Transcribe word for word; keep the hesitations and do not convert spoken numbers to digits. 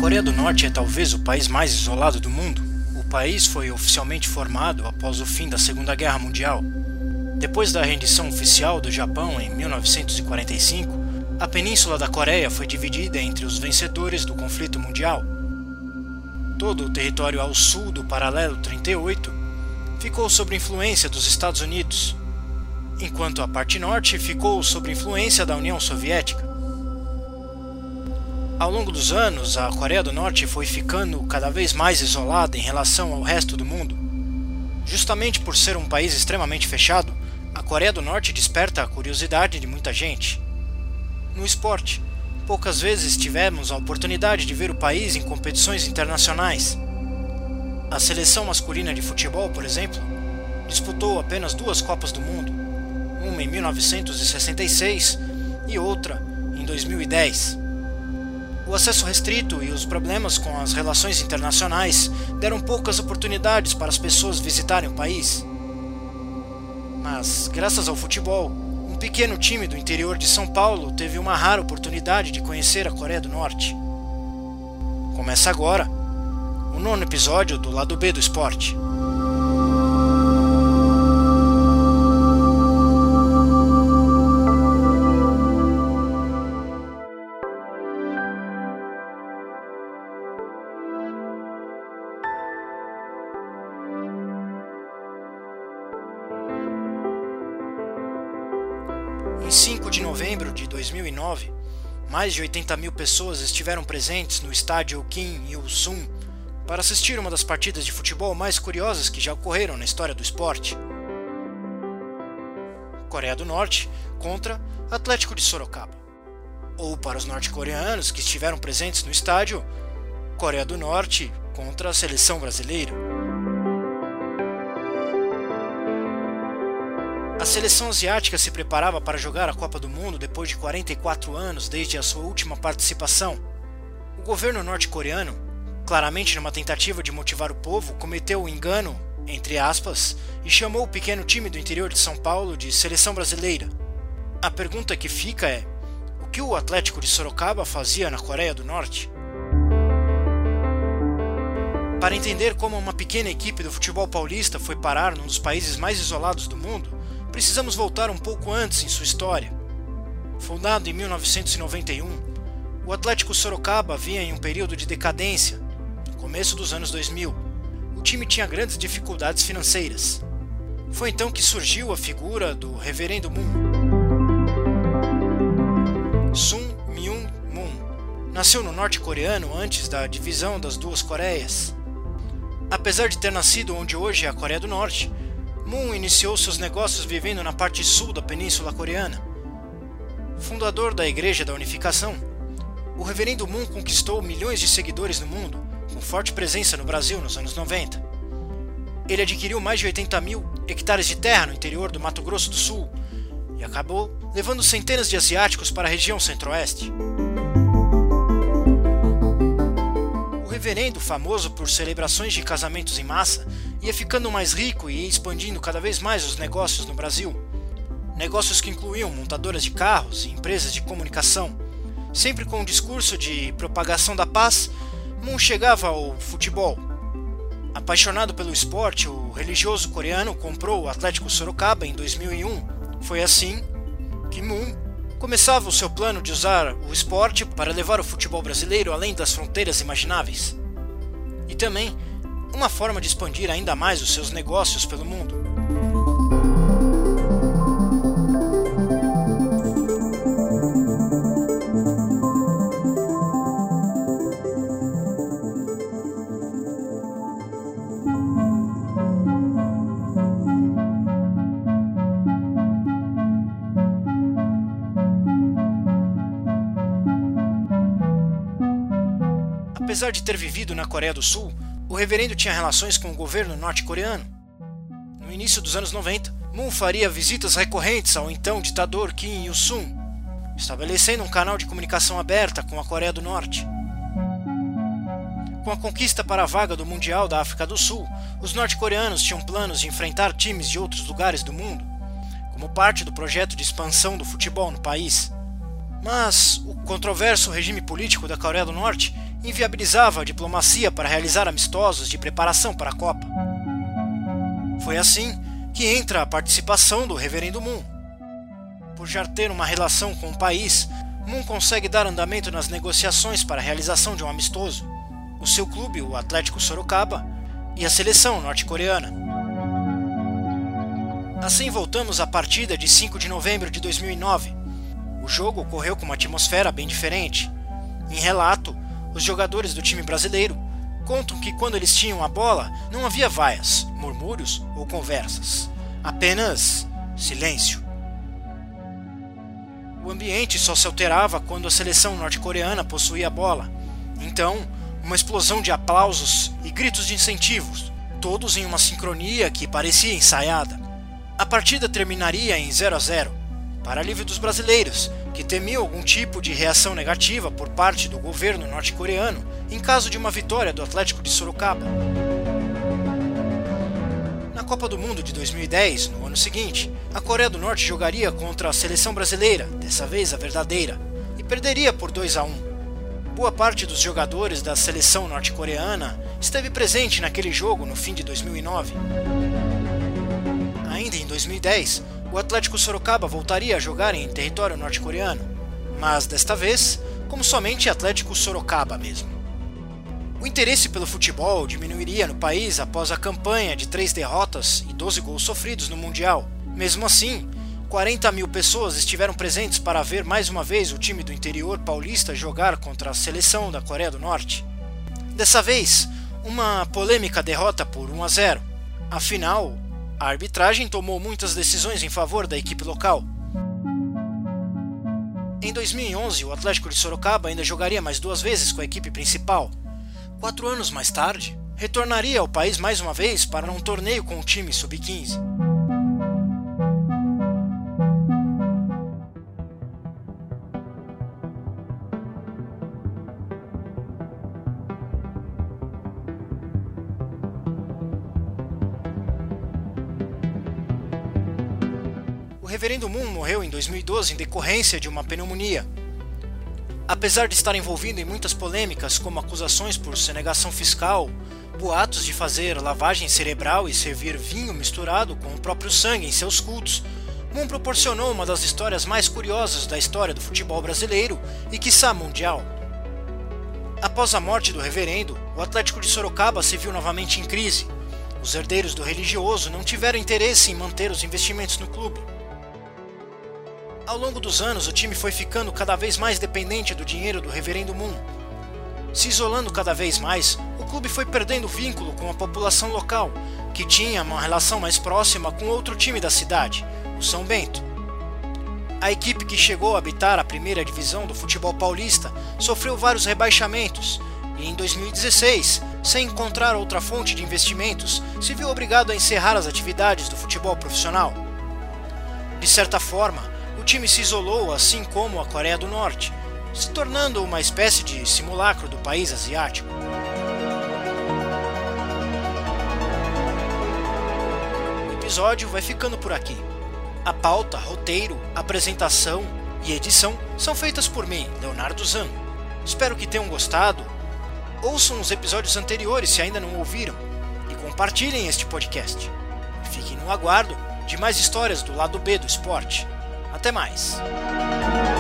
Coreia do Norte é talvez o país mais isolado do mundo. O país foi oficialmente formado após o fim da Segunda Guerra Mundial. Depois da rendição oficial do Japão em mil novecentos e quarenta e cinco, a Península da Coreia foi dividida entre os vencedores do conflito mundial. Todo o território ao sul do paralelo trinta e oito ficou sob influência dos Estados Unidos, enquanto a parte norte ficou sob influência da União Soviética. Ao longo dos anos, a Coreia do Norte foi ficando cada vez mais isolada em relação ao resto do mundo. Justamente por ser um país extremamente fechado, a Coreia do Norte desperta a curiosidade de muita gente. No esporte, poucas vezes tivemos a oportunidade de ver o país em competições internacionais. A seleção masculina de futebol, por exemplo, disputou apenas duas Copas do Mundo, uma em mil novecentos e sessenta e seis e outra em dois mil e dez. O acesso restrito e os problemas com as relações internacionais deram poucas oportunidades para as pessoas visitarem o país. Mas, graças ao futebol, um pequeno time do interior de São Paulo teve uma rara oportunidade de conhecer a Coreia do Norte. Começa agora o nono episódio do Lado B do Esporte. Em cinco de novembro de dois mil e nove, mais de oitenta mil pessoas estiveram presentes no estádio Kim Il-sung para assistir uma das partidas de futebol mais curiosas que já ocorreram na história do esporte. Coreia do Norte contra Atlético de Sorocaba. Ou, para os norte-coreanos que estiveram presentes no estádio, Coreia do Norte contra a seleção brasileira. A seleção asiática se preparava para jogar a Copa do Mundo depois de quarenta e quatro anos desde a sua última participação. O governo norte-coreano, claramente numa tentativa de motivar o povo, cometeu o engano, entre aspas, e chamou o pequeno time do interior de São Paulo de seleção brasileira. A pergunta que fica é: o que o Atlético de Sorocaba fazia na Coreia do Norte? Para entender como uma pequena equipe do futebol paulista foi parar num dos países mais isolados do mundo, precisamos voltar um pouco antes em sua história. Fundado em mil novecentos e noventa e um, o Atlético Sorocaba vinha em um período de decadência. No começo dos anos dois mil, o time tinha grandes dificuldades financeiras. Foi então que surgiu a figura do Reverendo Moon. Sun Myung Moon nasceu no norte coreano antes da divisão das duas Coreias. Apesar de ter nascido onde hoje é a Coreia do Norte, Moon iniciou seus negócios vivendo na parte sul da Península Coreana. Fundador da Igreja da Unificação, o Reverendo Moon conquistou milhões de seguidores no mundo, com forte presença no Brasil nos anos noventa. Ele adquiriu mais de oitenta mil hectares de terra no interior do Mato Grosso do Sul e acabou levando centenas de asiáticos para a região centro-oeste. O reverendo, famoso por celebrações de casamentos em massa, ia ficando mais rico e ia expandindo cada vez mais os negócios no Brasil. Negócios que incluíam montadoras de carros e empresas de comunicação. Sempre com o discurso de propagação da paz, Moon chegava ao futebol. Apaixonado pelo esporte, o religioso coreano comprou o Atlético Sorocaba em dois mil e um. Foi assim que Moon começava o seu plano de usar o esporte para levar o futebol brasileiro além das fronteiras imagináveis. E também uma forma de expandir ainda mais os seus negócios pelo mundo. Apesar de ter vivido na Coreia do Sul, o reverendo tinha relações com o governo norte-coreano. No início dos anos noventa, Moon faria visitas recorrentes ao então ditador Kim Il-sung, estabelecendo um canal de comunicação aberta com a Coreia do Norte. Com a conquista para a vaga do Mundial da África do Sul, os norte-coreanos tinham planos de enfrentar times de outros lugares do mundo, como parte do projeto de expansão do futebol no país. Mas o controverso regime político da Coreia do Norte inviabilizava a diplomacia para realizar amistosos de preparação para a Copa. Foi assim que entra a participação do Reverendo Moon. Por já ter uma relação com o país, Moon consegue dar andamento nas negociações para a realização de um amistoso, o seu clube, o Atlético Sorocaba, e a seleção norte-coreana. Assim voltamos à partida de cinco de novembro de dois mil e nove. O jogo ocorreu com uma atmosfera bem diferente. Em relato, os jogadores do time brasileiro contam que quando eles tinham a bola não havia vaias, murmúrios ou conversas. Apenas silêncio. O ambiente só se alterava quando a seleção norte-coreana possuía a bola. Então, uma explosão de aplausos e gritos de incentivos, todos em uma sincronia que parecia ensaiada. A partida terminaria em zero a zero, para alívio dos brasileiros, que temiam algum tipo de reação negativa por parte do governo norte-coreano em caso de uma vitória do Atlético de Sorocaba. Na Copa do Mundo de dois mil e dez, no ano seguinte, a Coreia do Norte jogaria contra a seleção brasileira, dessa vez a verdadeira, e perderia por dois a um. Boa parte dos jogadores da seleção norte-coreana esteve presente naquele jogo no fim de dois mil e nove. Ainda em dois mil e dez, o Atlético Sorocaba voltaria a jogar em território norte-coreano, mas desta vez como somente Atlético Sorocaba mesmo. O interesse pelo futebol diminuiria no país após a campanha de três derrotas e doze gols sofridos no Mundial. Mesmo assim, quarenta mil pessoas estiveram presentes para ver mais uma vez o time do interior paulista jogar contra a seleção da Coreia do Norte. Dessa vez, uma polêmica derrota por um a zero. Afinal, a arbitragem tomou muitas decisões em favor da equipe local. Em dois mil e onze, o Atlético de Sorocaba ainda jogaria mais duas vezes com a equipe principal. Quatro anos mais tarde, retornaria ao país mais uma vez para um torneio com o time sub quinze. O Reverendo Moon morreu em dois mil e doze em decorrência de uma pneumonia. Apesar de estar envolvido em muitas polêmicas, como acusações por sonegação fiscal, boatos de fazer lavagem cerebral e servir vinho misturado com o próprio sangue em seus cultos, Moon proporcionou uma das histórias mais curiosas da história do futebol brasileiro e quiçá mundial. Após a morte do reverendo, o Atlético de Sorocaba se viu novamente em crise. Os herdeiros do religioso não tiveram interesse em manter os investimentos no clube. Ao longo dos anos, o time foi ficando cada vez mais dependente do dinheiro do Reverendo Moon. Se isolando cada vez mais, o clube foi perdendo vínculo com a população local, que tinha uma relação mais próxima com outro time da cidade, o São Bento. A equipe que chegou a habitar a primeira divisão do futebol paulista sofreu vários rebaixamentos e em dois mil e dezesseis, sem encontrar outra fonte de investimentos, se viu obrigado a encerrar as atividades do futebol profissional. De certa forma, o time se isolou, assim como a Coreia do Norte, se tornando uma espécie de simulacro do país asiático. O episódio vai ficando por aqui. A pauta, roteiro, apresentação e edição são feitas por mim, Leonardo Zan. Espero que tenham gostado. Ouçam os episódios anteriores se ainda não ouviram e compartilhem este podcast. Fiquem no aguardo de mais histórias do lado B do esporte. Até mais!